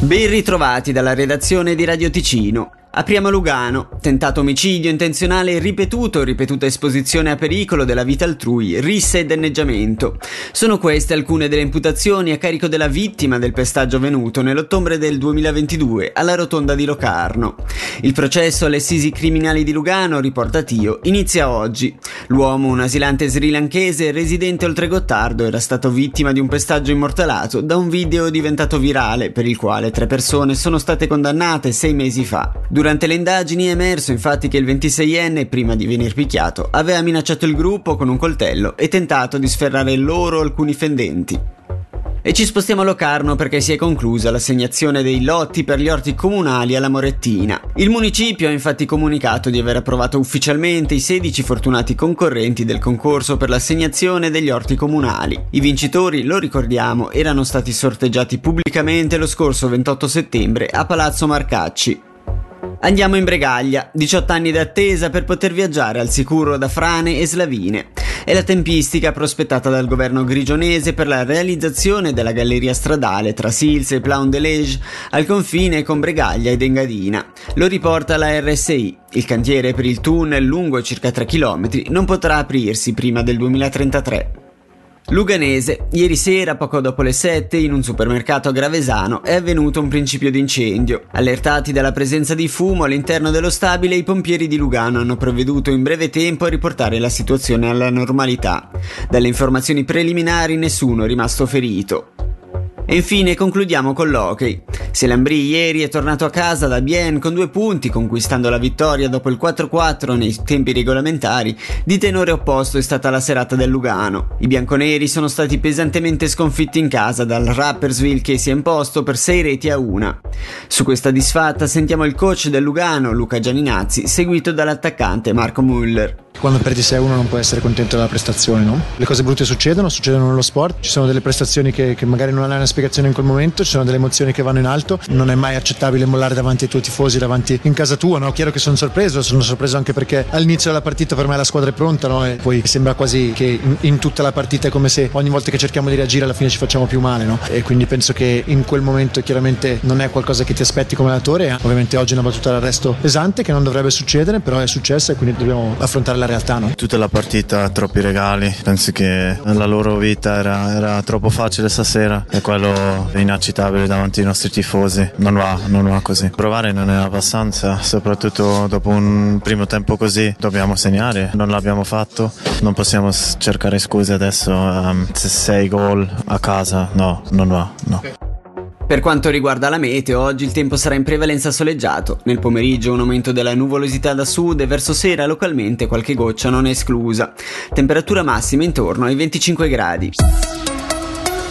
Ben ritrovati dalla redazione di Radio Ticino. Apriamo Lugano. Tentato omicidio intenzionale ripetuta esposizione a pericolo della vita altrui, risse e danneggiamento. Sono queste alcune delle imputazioni a carico della vittima del pestaggio avvenuto nell'ottobre del 2022 alla rotonda di Locarno. Il processo alle assisi criminali di Lugano, riporta Tio, inizia oggi. L'uomo, un asilante srilanchese residente oltre Gottardo, era stato vittima di un pestaggio immortalato da un video diventato virale per il quale 3 persone sono state condannate 6 mesi fa. Durante le indagini è emerso infatti che il 26enne, prima di venir picchiato, aveva minacciato il gruppo con un coltello e tentato di sferrare loro alcuni fendenti. E ci spostiamo a Locarno perché si è conclusa l'assegnazione dei lotti per gli orti comunali alla Morettina. Il municipio ha infatti comunicato di aver approvato ufficialmente i 16 fortunati concorrenti del concorso per l'assegnazione degli orti comunali. I vincitori, lo ricordiamo, erano stati sorteggiati pubblicamente lo scorso 28 settembre a Palazzo Marcacci. Andiamo in Bregaglia, 18 anni d'attesa per poter viaggiare al sicuro da frane e slavine. È la tempistica prospettata dal governo grigionese per la realizzazione della galleria stradale tra Sils e Plaun-de-Lege al confine con Bregaglia ed Engadina. Lo riporta la RSI. Il cantiere per il tunnel lungo circa 3 km non potrà aprirsi prima del 2033. Luganese. Ieri sera, poco dopo le 7, in un supermercato a Gravesano è avvenuto un principio di incendio. Allertati dalla presenza di fumo all'interno dello stabile, i pompieri di Lugano hanno provveduto in breve tempo a riportare la situazione alla normalità. Dalle informazioni preliminari nessuno è rimasto ferito. E infine concludiamo con l'hockey. Selambri ieri è tornato a casa da Bienne con 2 punti, conquistando la vittoria dopo il 4-4 nei tempi regolamentari. Di tenore opposto è stata la serata del Lugano. I bianconeri sono stati pesantemente sconfitti in casa dal Rapperswil, che si è imposto per 6-1. Su questa disfatta sentiamo il coach del Lugano, Luca Gianinazzi, seguito dall'attaccante Marco Müller. Quando perdi 6-1 non puoi essere contento della prestazione, no? Le cose brutte succedono nello sport, ci sono delle prestazioni che magari non hanno una spiegazione in quel momento, ci sono delle emozioni che vanno in alto, non è mai accettabile mollare davanti ai tuoi tifosi, davanti in casa tua, no? Chiaro che sono sorpreso anche perché all'inizio della partita per me la squadra è pronta, no? E poi sembra quasi che in tutta la partita è come se ogni volta che cerchiamo di reagire alla fine ci facciamo più male, no? E quindi penso che in quel momento chiaramente non è qualcosa che ti aspetti come allenatore. Ovviamente oggi è una battuta d'arresto pesante che non dovrebbe succedere, però è successa e quindi dobbiamo affrontare la realtà, no? Tutta la partita, troppi regali, penso che la loro vita era troppo facile stasera e quello è inaccettabile davanti ai nostri tifosi, non va così. Provare non è abbastanza, soprattutto dopo un primo tempo così dobbiamo segnare, non l'abbiamo fatto, non possiamo cercare scuse adesso, 6 gol a casa, no, non va, no. Per quanto riguarda la meteo, oggi il tempo sarà in prevalenza soleggiato. Nel pomeriggio un aumento della nuvolosità da sud e verso sera localmente qualche goccia non è esclusa. Temperatura massima intorno ai 25 gradi.